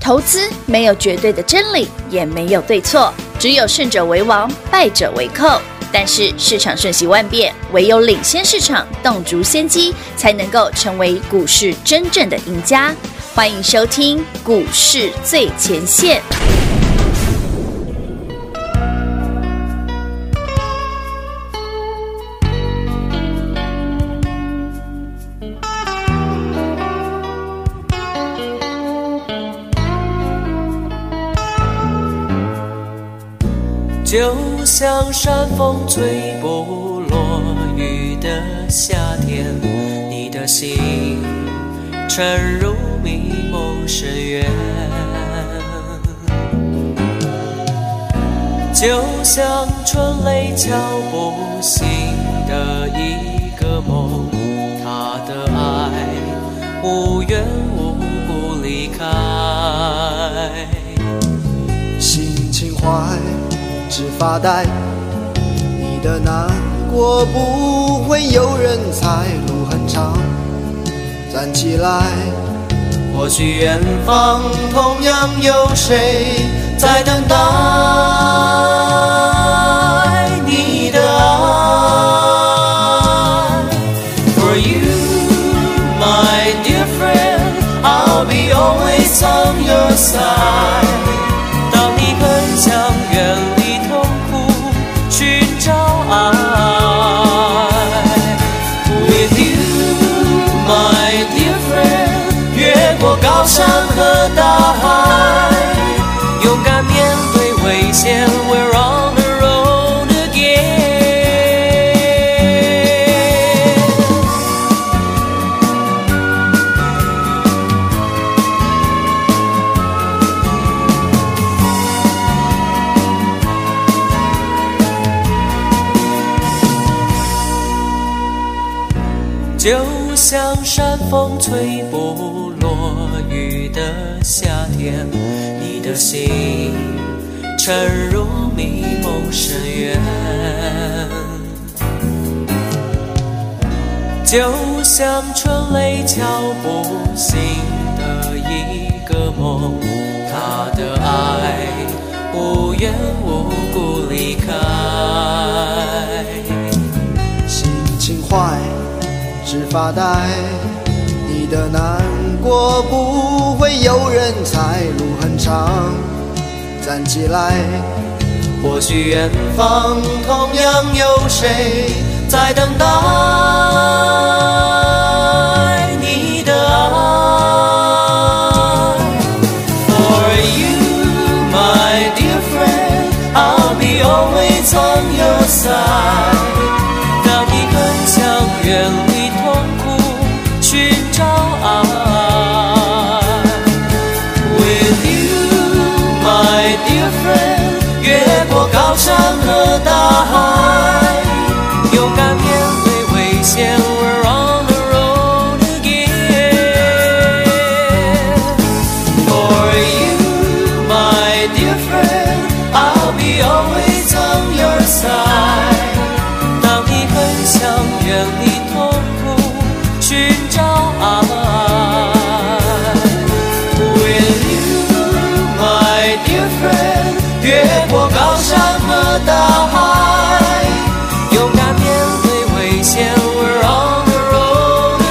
投资没有绝对的真理，也没有对错，只有胜者为王，败者为寇。但是市场瞬息万变，唯有领先市场，洞烛先机，才能够成为股市真正的赢家。欢迎收听股市最前线。 就像山风吹不落雨的夏天，你的心沉入迷梦深渊。就像春雷敲不醒的一个梦，他的爱无缘无故离开。 心情坏只发呆，你的难过不会有人猜，路很长，站起来。 或许远方同样有谁在等待你的爱。 For you, my dear friend, I'll be always on your side。 当你很想远离痛苦，寻找爱。 With you, my dear friend， 越过高山和大海，勇敢面对危险 ，We're on the road again。 就像山风吹不落雨的夏天，你的心沉入迷梦深渊。就像春雷敲不醒的一个梦，他的爱无缘无故离开。 心情坏只发呆，你的难过不会有人猜，路很长，站起来。 或许远方同样有谁在等待你的爱。 For you, my dear friend, I'll be always on your side。 当你很想远离痛苦，寻找爱。 With you, my dear friend， 越过高山和大海，勇敢面对危险 ，We're on the road again。 For you, my dear friend, I'll be always on your side。 当你很想远离痛苦，寻找爱。 With you, my dear friend， 越过高山和大海，勇敢面对危险 ，We're on the road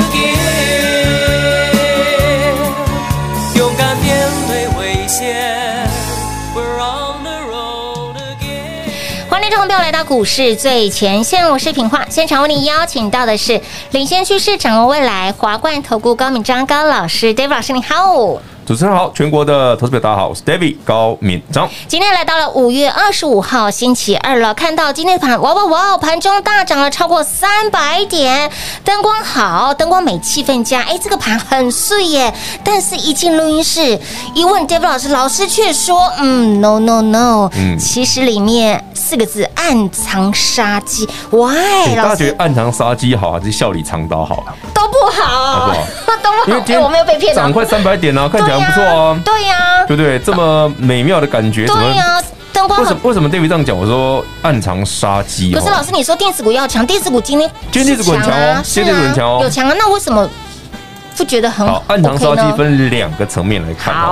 again。 勇敢面对危险 ，We're on the road again。 欢迎众朋友来到股市最前线，我是品化。现场为你邀请到的是领先趋势、掌握未来华冠投顾高敏章高老师 ，David 老师，你好。 主持人好，全国的投资者大家好，我是 David 高敏章。 今天来到了5月25号星期二了，看到今天的盘，哇，盘中大涨了超过300点，灯光好，灯光美，气氛佳，这个盘很碎耶。但是一进录音室一问 David 老师，老师却说，no，其实里面4个字暗藏杀机。Why？ 大家觉得暗藏杀机好，还是笑里藏刀好？ 都不好，都不好。我没有被骗， 涨快300点啊，看起来很不错啊。 对呀， 对不对？这么美妙的感觉， 对呀。灯光为什么 David 这样讲？我说暗藏杀机。 可是老师，你说电子股要强，电子股今天电子股很强哦，今天电子股很强哦， 有强啊。那为什么不觉得很好？ 暗藏杀机分2个层面来看。 好，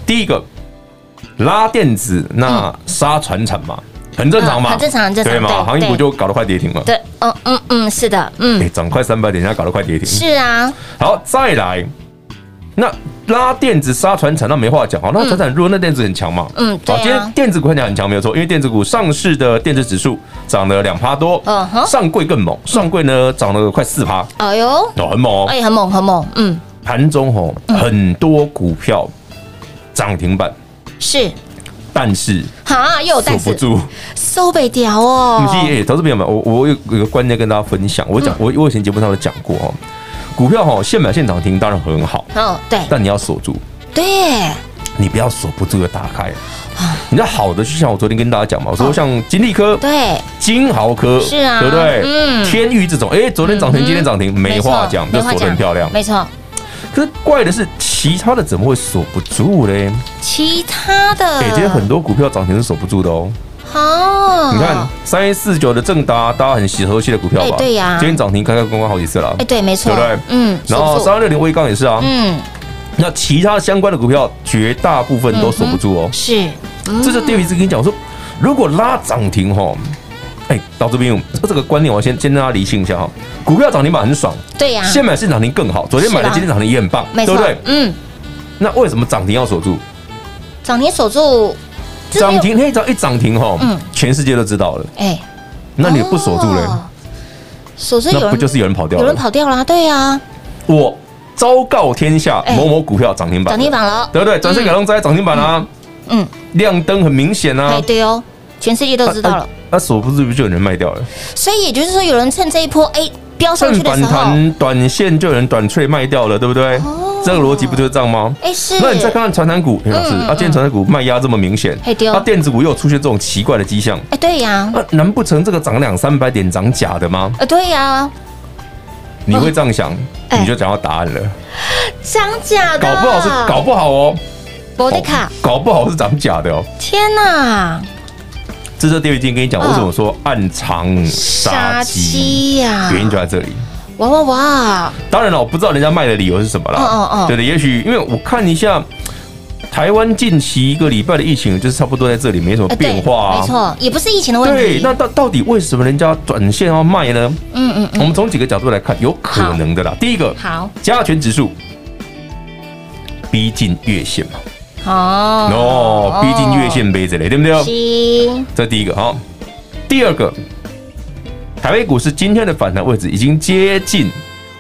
第一个拉电子，那杀传产嘛，很正常嘛， 很正常，很正常， 对嘛？航运股就搞得快跌停嘛。 对，是的， 涨快300点，现在搞得快跌停。 是啊， 好，再来，那拉电子杀传产，那没话讲，好，那传产弱，那电子很强嘛。 对啊。 今天电子股看起来很强，没有错，因为电子股上市的电子指数涨了2%多，上柜更猛，上柜呢涨了快4%。 哎呦， 很猛哦， 很猛，很猛， 盘中很多股票涨停板， 是， 但是又有但是守不住， 收不掉哦。 不是，投资朋友们，我有个观念跟大家分享，我以前节目上有讲过哦，股票现买现涨停当然很好， 对， 但你要锁住， 对， 你不要锁不住的打开。你知道好的，就像我昨天跟大家讲嘛，我说像金利科、 对， 金豪科， 是啊， 对不对？天宇这种，昨天涨停，今天涨停，没话讲，就锁得很漂亮， 没错。 可是怪的是，其他的怎么会锁不住嘞？ 其他的， 今天很多股票涨停是锁不住的哦。你看3149的正达，大家很熟悉的股票吧？ 对呀， 今天涨停开关关好几次了。 对，没错， 对不对？然后3260威刚也是啊。那其他相关的股票，绝大部分都锁不住哦。 是， 这就David跟你讲说，如果拉涨停到这边这个观念，我先跟大家理清一下哈。股票涨停板很爽， 对呀， 现买现涨停更好。昨天买的，今天涨停也很棒，对不对？那为什么涨停要锁住？ 涨停锁住， 涨停那只要一涨停全世界都知道了。那你不锁住嘞？ 锁住那不就是有人跑掉了？ 有人跑掉了，对呀。 我昭告天下，某某股票涨停板， 涨停板了， 对不对？转身改动在涨停板啊，亮灯很明显啊。 对哦，全世界都知道了。 那锁不住不就有人卖掉了？ 所以也就是说，有人趁这一波飙上去的时候， 反弹短线就有人短脆卖掉了，对不对？这个逻辑不就是这样吗？ 是。 那你再看看传产股，老师，今天传产股卖压这么明显，电子股又有出现这种奇怪的迹象， 对呀。 难不成这个涨200-300点涨假的吗？ 对呀。 你会这样想，你就讲到答案了。 涨假的， 搞不好哦， 博迪卡， 搞不好是涨假的哦。 天哪！ 这是第二天跟你讲，为什么说暗藏杀机呀？原因就在这里。 哇！ 当然了，我不知道人家卖的理由是什么啦。对的，也许因为我看一下台湾近期1个礼拜的疫情，就是差不多在这里，没什么变化啊。 没错，也不是疫情的问题。 对，那到底为什么人家短线要卖呢？我们从几个角度来看，有可能的啦。第一个，加权指数逼近月线嘛。逼近月线杯子嘞，对不对？这第一个好。第二个，台北股市今天的反弹位置已经接近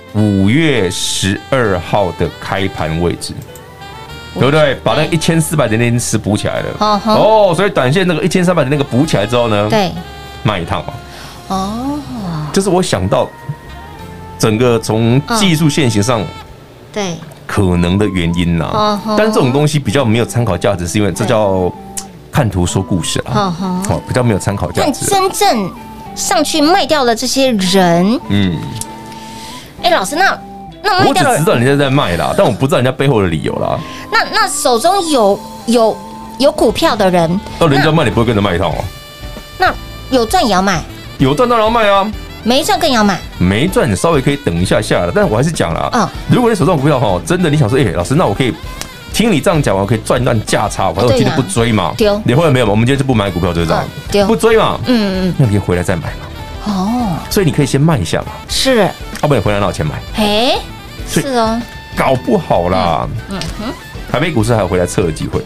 5月12号的开盘位置，对不对？把那1400点那根刺补起来了。所以短线那个1300点那个补起来之后呢，对，卖一趟嘛。就是我想到整个从技术线型上，对。可能的原因啦，但是这种东西比较没有参考价值，是因为这叫看图说故事啦，比较没有参考价值。 但真正上去卖掉了这些人，老师，那我只知道人家在卖啦，但我不知道人家背后的理由啦。 那手中有股票的人， 人家卖你不会跟着卖一趟哦。 那有赚也要卖， 有赚当然要卖啊。 没赚更要买， 没赚你稍微可以等一下下了，但是我还是讲了，如果你手上股票真的你想说，老师，那我可以听你这样讲，我可以赚一段价差，反正我今天不追嘛，你会没有？我们今天就不买股票，就是这样，不追嘛，那你可以回来再买嘛，所以你可以先卖一下嘛， 是， 要不然回来拿钱买， 是哦， 搞不好啦，台北股市还有回来测的机会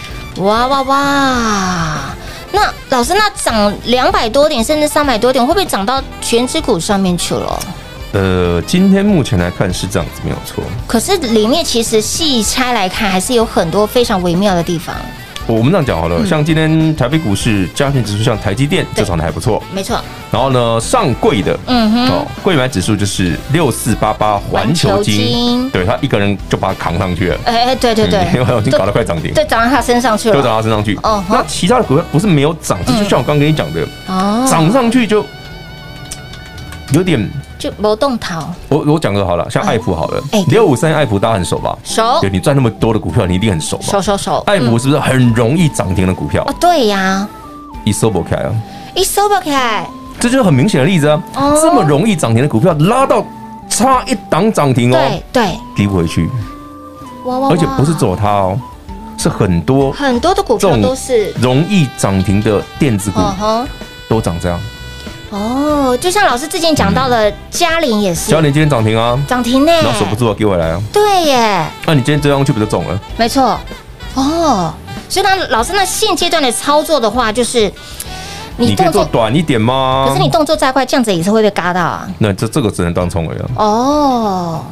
哇！那老师，那涨200多点甚至300多点，会不会涨到全指股上面去了？ 今天目前来看是这样子，没有错。 可是里面其实细拆来看，还是有很多非常微妙的地方。 我们这样讲好了，像今天台北股市加权指数，像台积电这涨得还不错， 没错。 然后呢，上柜的，柜买指数就是6488环球金，对他一个人就把它扛上去了。 对， 已经搞得快涨停， 对，涨到他身上去了， 都涨到他身上去。那其他的股票不是没有涨，就像我刚跟你讲的，涨上去就有点就没动头。 我讲个好了，像爱普好了，6531爱普大家很熟吧？ 熟。 对，你赚那么多的股票，你一定很熟吧？ 熟。 爱普是不是很容易涨停的股票？ 对呀。 一收不开啊！ 一收不开， 这就是很明显的例子啊！这么容易涨停的股票，拉到差一档涨停哦， 对， 低不回去。而且不是只有它哦， 是很多的股票都是容易涨停的电子股都涨这样。 哦，就像老师之前讲到的，嘉麟也是， 嘉麟今天涨停啊， 涨停呢， 然后守不住啊，给我来啊。 对耶， 那你今天追上去不就中了？ 没错。哦，所以呢，老师那现阶段的操作的话，就是你可以做短一点吗？ 可是你动作再快，这样子也是会被嘎到啊。 那这个只能当冲而已啊。 哦。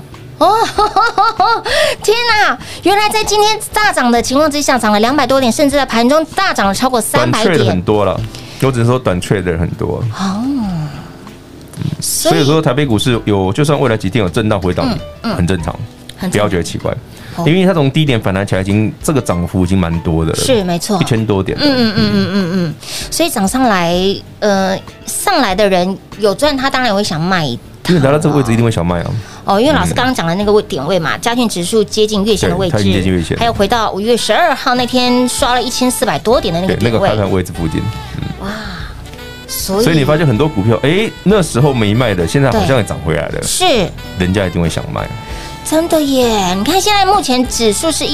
天哪！原来在今天大涨的情况之下，涨了200多点，甚至在盘中大涨了超过300点， 很多了。我只能说短trade的很多。哦。所以说台北股市有，就算未来几天有震荡回档，很正常，不要觉得奇怪。因为它从低点反弹起来，这个涨幅已经蛮多的了，是没错，1000多点。 所以涨上来，上来的人有赚，他当然也会想卖。 因为来到这个位置一定会想卖啊。 哦，因为老师刚刚讲的那个点位嘛，加权指数接近月线的位置， 接近月线， 还有回到5月12号那天刷了1400多点的那个点位， 那个开盘位置附近。 哇！ 所以你发现很多股票，那时候没卖的，现在好像也涨回来了， 是， 人家一定会想卖。 真的耶！你看现在目前指数是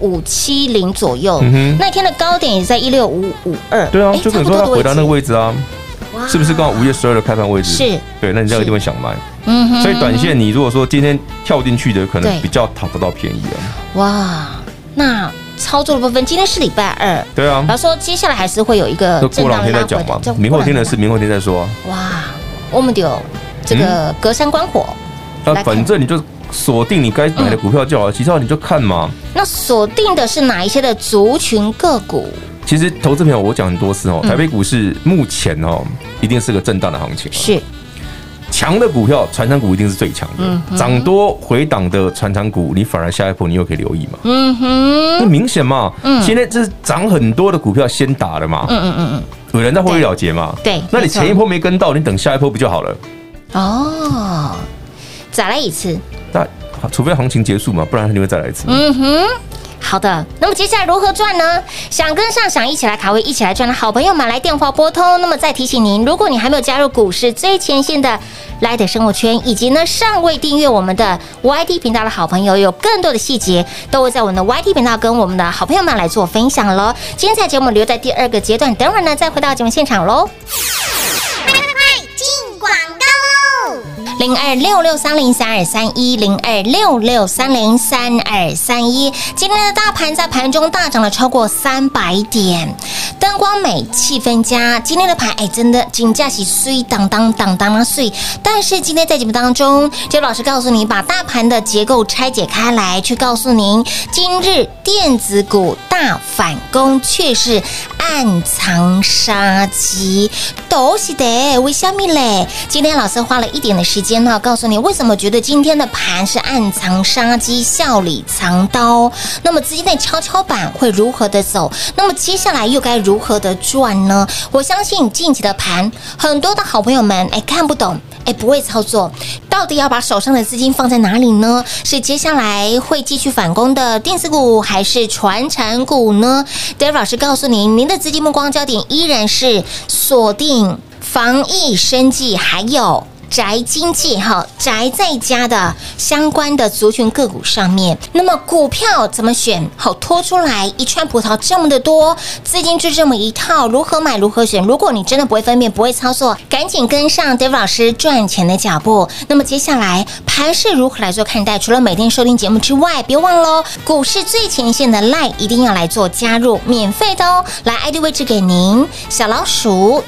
16570左右，那天的高点也在16552。 对啊，就跟你说它回到那个位置啊，是不是刚好5月12的开盘位置？是，对，那人家一定会想卖。所以短线你如果说今天跳进去的，可能比较讨得到便宜啊。哇， 那操作的部分，今天是礼拜2， 对啊， 然后说接下来还是会有一个过两天再讲嘛，明后天的事明后天再说。 哇，我们有这个隔山观火， 反正你就锁定你该买的股票就好了，其他你就看嘛。 那锁定的是哪一些的族群个股？ 其实投资朋友，我讲很多次台北股市目前一定是个震荡的行情，是强的股票，传产股一定是最强的，涨多回档的传产股，你反而下一波你又可以留意嘛。那明显嘛，现在这是涨很多的股票先打了嘛，有人在获利了结嘛， 对， 那你前一波没跟到，你等下一波不就好了？ 哦，再来一次。 那除非行情结束嘛，不然你会再来一次。 好的，那么接下来如何赚呢？想跟上，想一起来卡位，一起来赚的好朋友们，来电话拨通。那么再提醒您，如果你还没有加入股市最前线的 LINE 生活圈，以及呢尚未订阅我们的 YT 频道的好朋友，有更多的细节都会在我们的 YT 频道跟我们的好朋友们来做分享咯。精彩节目留在第2个阶段，等会儿呢再回到节目现场咯。0266303231，0266303231。今天的大盘在盘中大涨了超过300点，灯光美，气氛佳。今天的盘真的金价是碎当当碎。但是今天在节目当中，就老师告诉你，把大盘的结构拆解开来，去告诉您，今日电子股大反攻，却是暗藏杀机，都是的，为什么嘞？今天老师花了一点的时间呢，告诉你为什么觉得今天的盘是暗藏杀机，笑里藏刀。那么资金的跷跷板会如何的走？那么接下来又该如何的赚呢？我相信近期的盘，很多的好朋友们看不懂，不会操作，到底要把手上的资金放在哪里呢？是接下来会继续反攻的电子股，还是传产股呢？David老师告诉您，您的资金目光焦点依然是锁定防疫、生技，还有宅经济宅在家的相关的族群个股上面。那么股票怎么选？拖出来一串葡萄这么的多，资金就这么一套，如何买如何选？如果你真的不会分辨，不会操作，赶紧跟上 David 老师赚钱的脚步。那么接下来盘势如何来做看待？除了每天收听节目之外，别忘了股市最前线的 LINE 一定要来做加入，免费的哦。来 ID 位置给您，小老鼠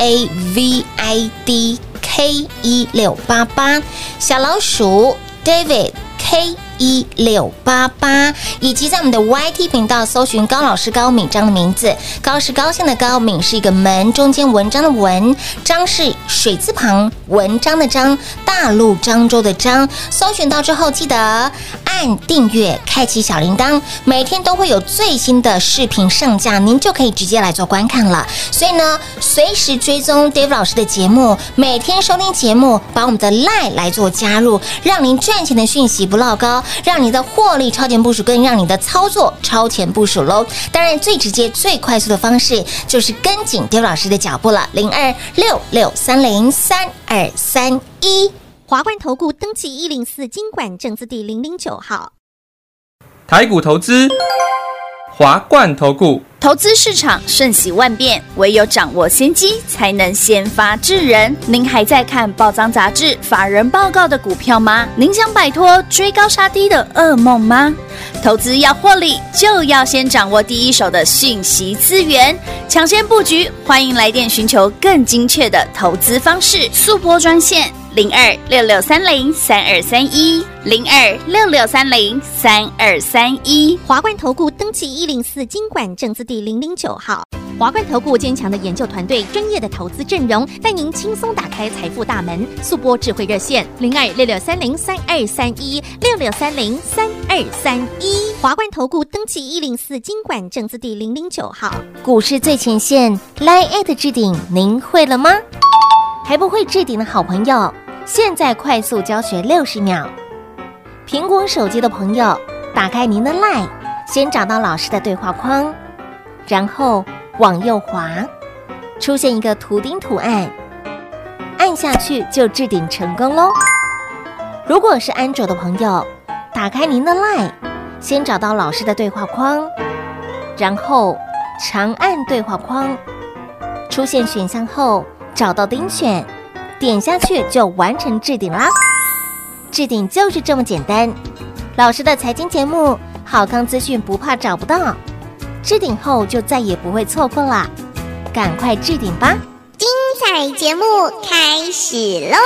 DAVID K1688，小老鼠 David K1688，以及在我们的 YT 频道搜寻高老师高敏章的名字，高是高兴的高，敏是一个门中间文章的文，章是水字旁文章的章，大陆漳州的漳。搜寻到之后记得按订阅，开启小铃铛，每天都会有最新的视频上架，您就可以直接来做观看了。所以呢，随时追踪 David 老师的节目，每天收听节目，把我们的 LINE 来做加入，让您赚钱的讯息不落高，让你的获利超前部署，更让你的操作超前部署喽。当然，最直接、最快速的方式就是跟紧 David 老师的脚步了。0266303231。 华冠投顾登记104金管证字第009号。 台股投资， 华冠投顾。 投资市场瞬息万变，唯有掌握先机，才能先发制人。您还在看报章杂志、法人报告的股票吗？您想摆脱追高杀低的噩梦吗？投资要获利，就要先掌握第一手的讯息资源，抢先布局。欢迎来电寻求更精确的投资方式，速拨专线02-6630-3231，02-6630-3231。 华冠投顾登记104金管证字第009号。华冠投顾坚强的研究团队，专业的投资阵容，带您轻松打开财富大门。速拨智慧热线02-6630-3231，6630-3231。华冠投顾登记104金管证字第009号。 股市最前线 LINE@ 置顶，您会了吗？还不会置顶的好朋友，现在快速教学60秒。苹果手机的朋友，打开您的 LINE， 先找到老师的对话框，然后往右滑，出现一个图钉图案，按下去就置顶成功咯。如果是安卓的朋友，打开您的 LINE， 先找到老师的对话框，然后长按对话框，出现选项后找到钉选，点下去就完成置顶啦。置顶就是这么简单，老师的财经节目、好康资讯不怕找不到，置顶后就再也不会错过啦，赶快置顶吧！ 彩节目开始喽！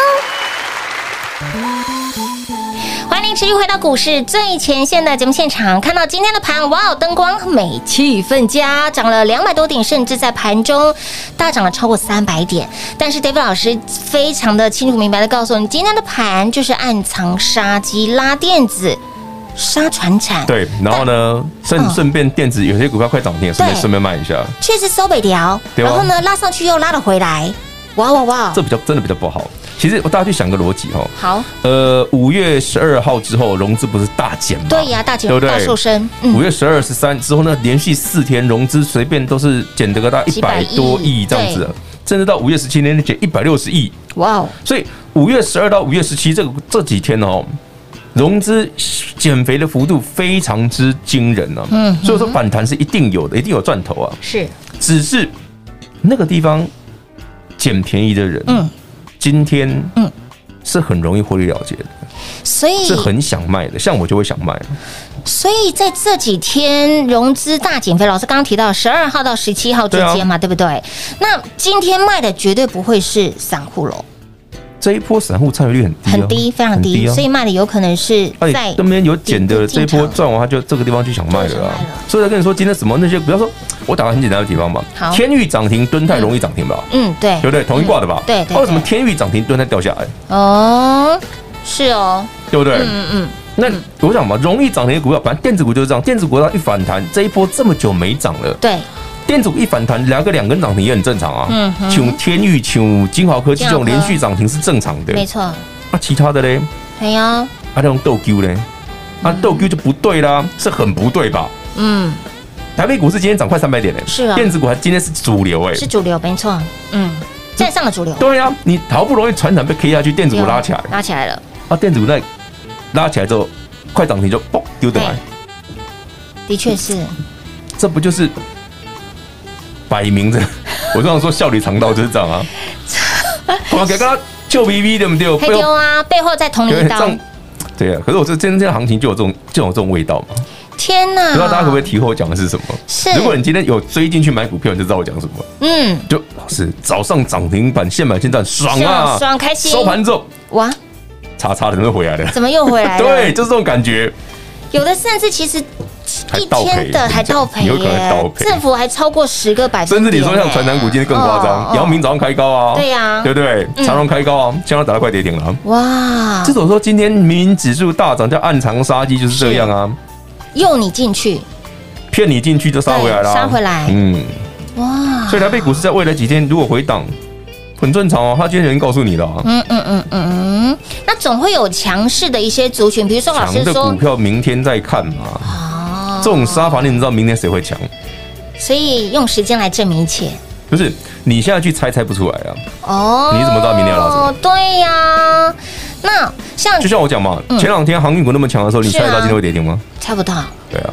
欢迎持续回到股市最前线的节目现场，看到今天的盘，哇，灯光美，气氛佳，涨了200多点，甚至在盘中大涨了超过300点。但是 David 老师非常的清楚明白的告诉你，今天的盘就是暗藏杀机，拉电子。杀传产对，然后呢，顺便电子有些股票快涨停，顺便卖一下， 确实收北调，然后呢拉上去又拉了回来，哇，这真的比较不好。其实大家去想个逻辑哈， 好 ，5月12号之后融资不是大减吗？ 对呀，大减， 对不对？ 大瘦身。 5月12、13之后呢，连续4天融资随便都是减得个大100多亿这样子，甚至到5月17天减160亿，哇哦！所以5月12到5月17这几天哦，融资减肥的幅度非常之惊人啊，所以说反弹是一定有的，一定有赚头啊， 是， 只是那个地方捡便宜的人，今天是很容易获利了结的， 所以是很想卖的，像我就会想卖。 所以在这几天融资大减肥，老师刚刚提到12号到17号之间嘛，对不对？那今天卖的绝对不会是散户喽。 这一波散户参与率很低， 非常低，所以卖的有可能是在这边有减的，这一波赚完他就这个地方就想卖了啊。所以我跟你说，今天什么那些，比方说，我打个很简单的地方吧，天钰涨停，敦泰容易涨停吧？ 对， 对不对？同一挂的吧？ 对。 为什么天钰涨停，敦泰掉下来？ 哦，是哦， 对不对？那我想嘛，容易涨停的股票，反正电子股就是这样，电子股它一反弹，这一波这么久没涨了， 对。 电子股一反弹，两根涨停也很正常啊。像天钰、像金豪科技这种连续涨停是正常的， 没错。 那其他的嘞？ 对呀。 那种豆丢嘞？豆丢就不对啦，是很不对吧？台北股市今天涨快300点嘞， 是啊。 电子股还今天是主流哎， 是主流，没错。站上了主流。 对啊，你好不容易传产被 K 下去，电子股拉起来了。 电子股在拉起来之后，快涨停就嘣丢掉来。 的确是。 这不就是？摆明着，我这样说笑里藏刀就是这样啊！我给他救 BB 对不对？ 黑丢啊，背后再捅你一刀。 对啊，可是我今天行情就有这种味道嘛。 天哪！ 不知道大家可不可以提后我讲的是什么？ 是， 如果你今天有追进去买股票，你就知道我讲什么。就老师早上涨停板现买现赚，爽啊， 爽开心。 收盘之后， 哇， 叉怎么又回来了？ 怎么又回来了？ 对，就是这种感觉。 有的甚至其实。一天的还倒赔， 有可能倒赔， 政府还超过10个百分点， 甚至你说像传产股今天更夸张，阳明早上开高啊， 对呀， 对不对？长荣开高啊，现在打到快跌停了， 哇！ 这种说今天明明指数大涨，叫暗藏杀机，就是这样啊， 诱你进去， 骗你进去就杀回来了， 杀回来，哇！ 所以台北股市在未来几天如果回档，很正常哦，他今天已经告诉你了， 那总会有强势的一些族群，比如说老师说强的股票明天再看嘛。这种杀法，你怎么知道明天谁会强？ 所以用时间来证明一切。 不是，你现在去猜不出来啊。你怎么知道明天要拉什么？ 对呀。那就像我讲嘛，前2天航运股那么强的时候，你猜得到今天会跌停吗？ 猜不到。 对啊。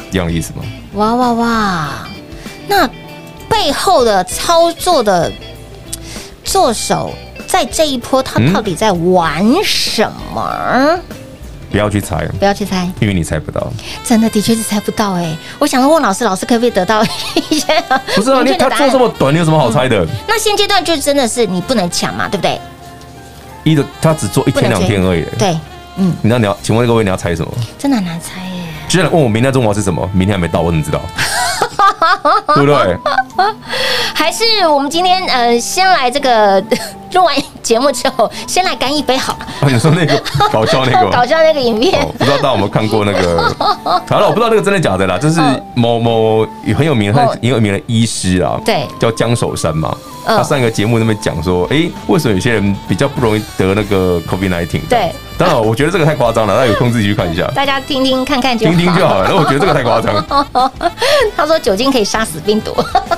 一样的意思吗？ 哇哇哇！那背后的操作的作手，在这一波他到底在玩什么？ 不要去猜， 不要去猜， 因为你猜不到。 真的，的确是猜不到哎。我想问老师，老师可不可以得到一些？ 不是啊，他做这么短，你有什么好猜的？ 那现阶段就真的是你不能抢嘛，对不对？ 他只做1天2天而已。 对， 你要请问各位你要猜什么？ 真的很难猜耶。 居然问我明天中午是什么？明天还没到，我怎么知道？对不对？ 还是我们今天先来这个录完节目之后，先来干一杯好了。 你说那个搞笑那个， 搞笑那个影片， 不知道大家有没有看过那个？好了，我不知道那个真的假的啦，就是某很有名的医师啦， 对， 叫江守山嘛。他上一个节目那边讲说，为什么有些人比较不容易得那个 COVID-19？ 对， 当然我觉得这个太夸张了，大家有空自己去看一下， 大家听听看看就好， 听听就好了。那我觉得这个太夸张。 他说酒精可以杀死病毒。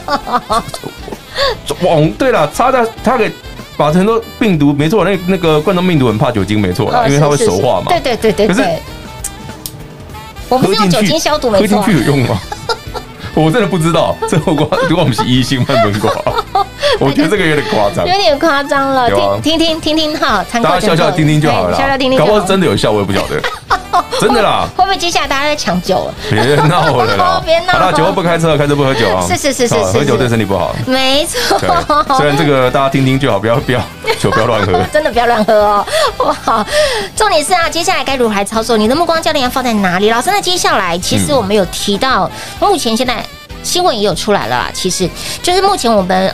对了，他给把很多病毒，没错，那个冠状病毒很怕酒精，没错啦，因为它会熟化嘛。 对。可是我们是用酒精消毒，没错。 喝进去有用吗？我真的不知道，这如果我们是医sinh慢慢挂，我觉得这个有点夸张， 有点夸张了。听哈， 大家笑笑听听就好了， 笑笑听听， 搞不好真的有效，我也不晓得。真的啦， 会不会接下来大家在抢酒了？ 别闹了啦！ 别闹！ 好了，酒后不开车，开车不喝酒啊！ 是， 喝酒对身体不好。 没错。 虽然这个大家听听就好，不要酒不要乱喝， 真的不要乱喝哦。好，重点是啊，接下来该如何来操作？你的目光焦点要放在哪里？老师，那接下来其实我们有提到，目前现在。新闻也有出来了啦，其实就是目前我们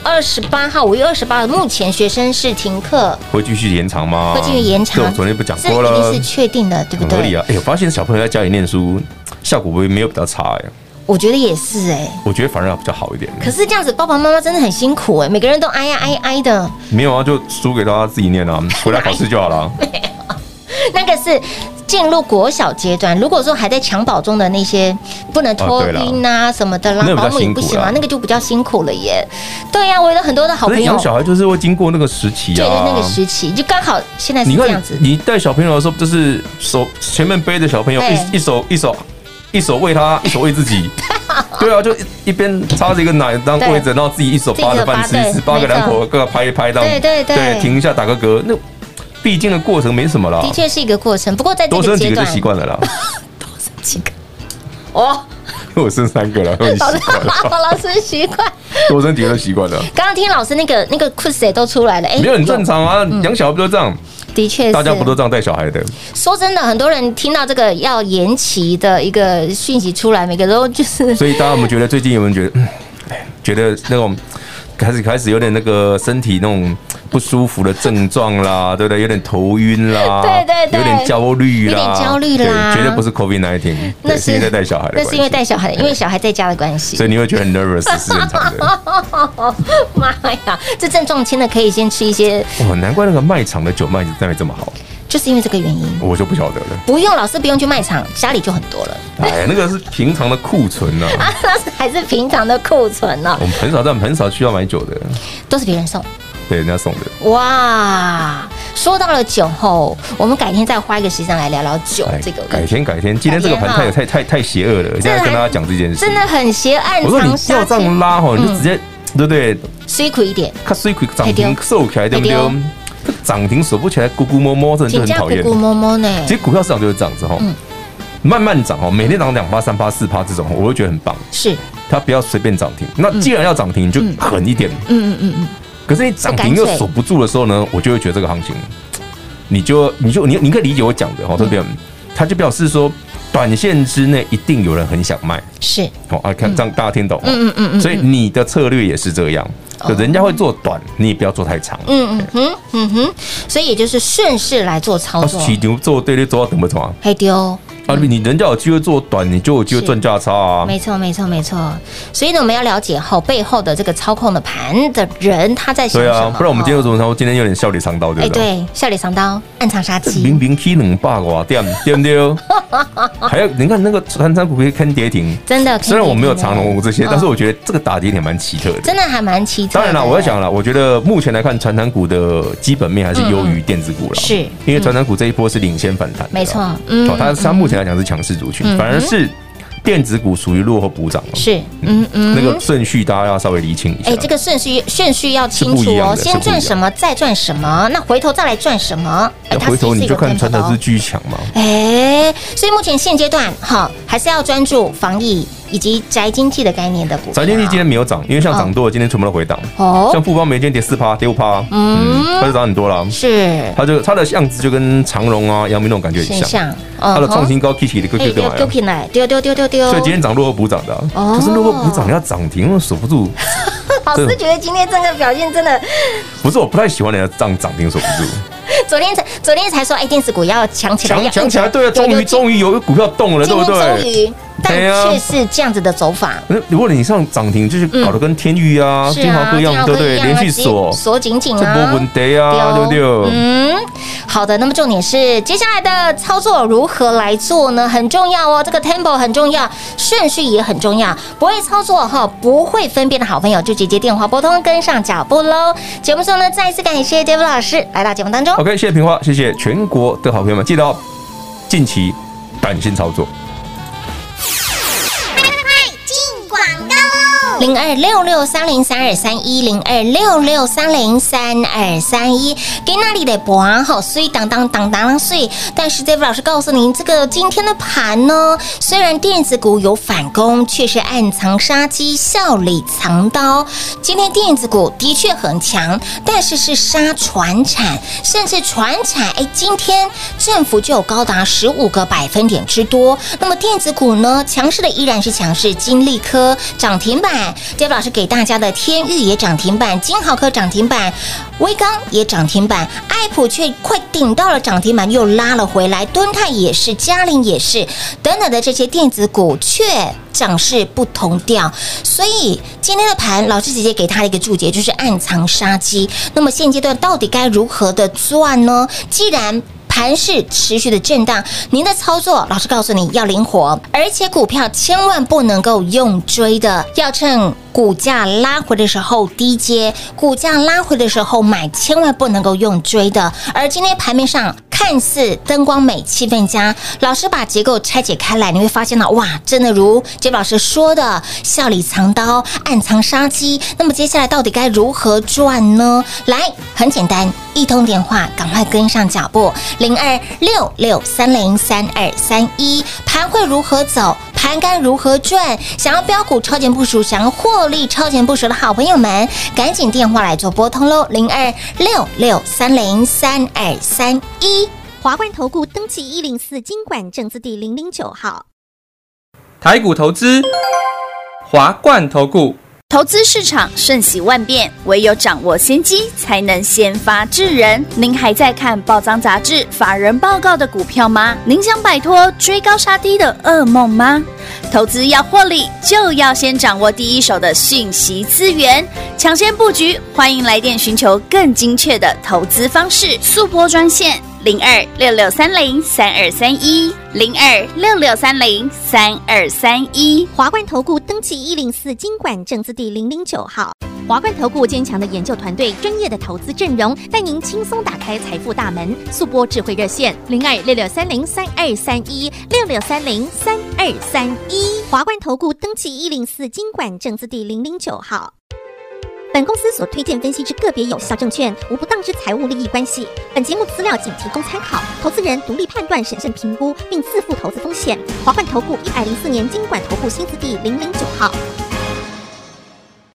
5月28号，目前学生是停课， 会继续延长吗？ 会继续延长， 这我昨天不讲过了， 这一定是确定的，对不对？ 合理啊！我发现小朋友在家里念书效果没有比较差我觉得也是我觉得反而要比较好一点。 可是这样子，爸爸妈妈真的很辛苦每个人都哀的。 没有啊，就输给他自己念啊，回来考试就好了。 那个是。进入国小阶段，如果说还在襁褓中的那些不能托婴啊什么的啦，保姆也不行啊，那个就比较辛苦了耶。对呀，我有很多的好朋友， 养小孩就是会经过那个时期啊， 对，那个时期就刚好现在是这样子。 你带小朋友的时候，就是手前面背着小朋友，一手喂他，一手喂自己。对啊，就一边插着一个奶当喂着，然后自己一手扒着饭吃，扒个两口，各个拍一拍，对，停一下打个嗝那。必经的过程没什么啦， 的确是一个过程。不过在这个阶段，多生几个就习惯了啦。 多生几个， 我生3个了， 老师习惯， 多生几个都习惯了。 刚刚听老师那个故事也都出来了， 没有很正常啊，养小孩不都这样？ 的确， 大家不都这样带小孩的？ 说真的，很多人听到这个要延期的一个讯息出来，每个都就是。 所以大家有没有觉得最近有没有觉得那种？开始有点那个身体那种不舒服的症状啦，对不对？有点头晕啦，对，有点焦虑啦，绝对不是 COVID-19， 那是因为带小孩的关系， 那是因为带小孩，因为小孩在家的关系， 所以你会觉得很 nervous 是正常的。 妈呀，这症状轻的可以先吃一些。 难怪那个卖场的酒卖得这么好。 就是因为这个原因， 我就不晓得了。 不用，老师不用去卖场，家里就很多了。 那个是平常的库存啊， 那还是平常的库存呢。 我们很少需要买酒的，都是别人送， 对，人家送的。 哇，说到了酒后，我们改天再花一个时间来聊聊酒这个。 改天，今天这个盘太邪恶了，现在跟大家讲这件事， 真的很邪暗藏杀机。 我说你要这样拉你就直接对不对？ 水亏一点， 看水亏涨停收起来，对不对？涨停锁不起来，咕咕摸摸，真的就很讨厌。 咕咕摸摸呢？ 其实股票市场就是这样子慢慢涨每天涨2%、3%、4%这种，我会觉得很棒。 是， 它不要随便涨停。那既然要涨停，你就狠一点。可是你涨停又锁不住的时候呢，我就会觉得这个行情，你可以理解我讲的这边，它就表示说，短线之内一定有人很想卖。 是看这样大家听懂所以你的策略也是这样。就人家会做短，你也不要做太长。 所以也就是顺势来做操作。 起牛做对做到等不懂啊？ 黑丢你人家有机会做短，你就有机会赚价差啊。 没错。所以呢，我们要了解背后的这个操控的盘的人他在想什么。 不然我们今天有什么操？今天有点笑里藏刀，对不对？ 对，笑里藏刀，暗藏杀机。 明明 K 200点，对不对？还有你看那个传产股可以看跌停， 真的。 虽然我没有长龙这些，但是我觉得这个打跌点蛮奇特的， 真的还蛮奇特。 当然了，我在想了，我觉得目前来看，传产股的基本面还是优于电子股了， 是因为传产股这一波是领先反弹， 没错。 它目前来讲是强势族群，反而是电子股属于落后补涨， 是， 那个顺序大家要稍微厘清一下。 这个顺序要清楚哦，先赚什么，再赚什么，那回头再来赚什么？ 回头你就看传统是巨强嘛。 所以目前现阶段还是要专注防疫以及宅经济的概念的股票。 宅经济今天没有涨，因为像涨多了，今天全部都回档。像富邦每天跌4%、跌5%，它就涨很多了。 是， 它的样子就跟长荣啊、阳明那种感觉很像。它的创新高 K 起的丢进来，丢。 所以今天涨落后补涨的，可是落后补涨要涨停，守不住。 老师觉得今天这个表现真的不是，我不太喜欢人家涨停守不住。 昨天才说，电子股要强起来， 强起来，对啊，终于有股票动了，对不对？ 终于，但却是这样子的走法。 如果你上涨停，就是搞得跟天宇啊、金豪科一样，对不对？连续锁紧啊， 这没问题啊，对不对？ 好的。那么重点是接下来的操作如何来做呢？很重要哦，这个 tempo 很重要，顺序也很重要。不会操作不会分辨的好朋友，就直接电话拨通，跟上脚步喽。节目中呢，再一次感谢 David 老师来到节目当中。 OK， 谢谢平花，谢谢全国的好朋友们，记得近期短线操作。 0266303231，0266303231，给那里的盘水当水。但是 David 老师告诉您，这个今天的盘呢，虽然电子股有反攻，却是暗藏杀机，笑里藏刀。今天电子股的确很强，但是杀传产，甚至传产，今天振幅就有高达15个百分点之多。那么电子股呢，强势的依然是强势，金利科涨停板。David 老师给大家的天钰也涨停板，金豪科涨停板，威刚也涨停板，爱普却快顶到了涨停板，又拉了回来，敦泰也是，嘉陵也是，等等的这些电子股却涨势不同调。所以今天的盘，老师直接给他的一个注解就是暗藏杀机。那么现阶段到底该如何的赚呢？既然盘势持续的震荡，您的操作老师告诉你要灵活，而且股票千万不能够用追的，要趁股价拉回的时候低接，股价拉回的时候买，千万不能够用追的。而今天盘面上看似灯光美，气氛佳，老师把结构拆解开来，你会发现到哇，真的如David老师说的，笑里藏刀，暗藏杀机。那么接下来到底该如何赚呢？来，很简单，一通电话，赶快跟上脚步。0266303231，盘会如何走？盘该如何赚？想要标股超前部署，想要获利超前部署的好朋友们，赶紧电话来做拨通喽！0266303231。 华冠投顾登记104金管证字第009号。 台股投资，华冠投顾。 投资市场瞬息万变，唯有掌握先机，才能先发制人。您还在看报章杂志、法人报告的股票吗？您想摆脱追高杀低的噩梦吗？投资要获利，就要先掌握第一手的讯息资源，抢先布局。欢迎来电寻求更精确的投资方式，速拨专线0266303231，0266303231。 华冠投顾登记104金管证字第009号。华冠投顾坚强的研究团队，专业的投资阵容，带您轻松打开财富大门。速拨智慧热线0266303231，66303231。华冠投顾登记104金管证字第009号。本公司所推荐分析之个别有效证券，无不当之财务利益关系。本节目资料仅提供参考，投资人独立判断、审慎评估，并自负投资风险。华冠投顾104年金管投顾新字第009号。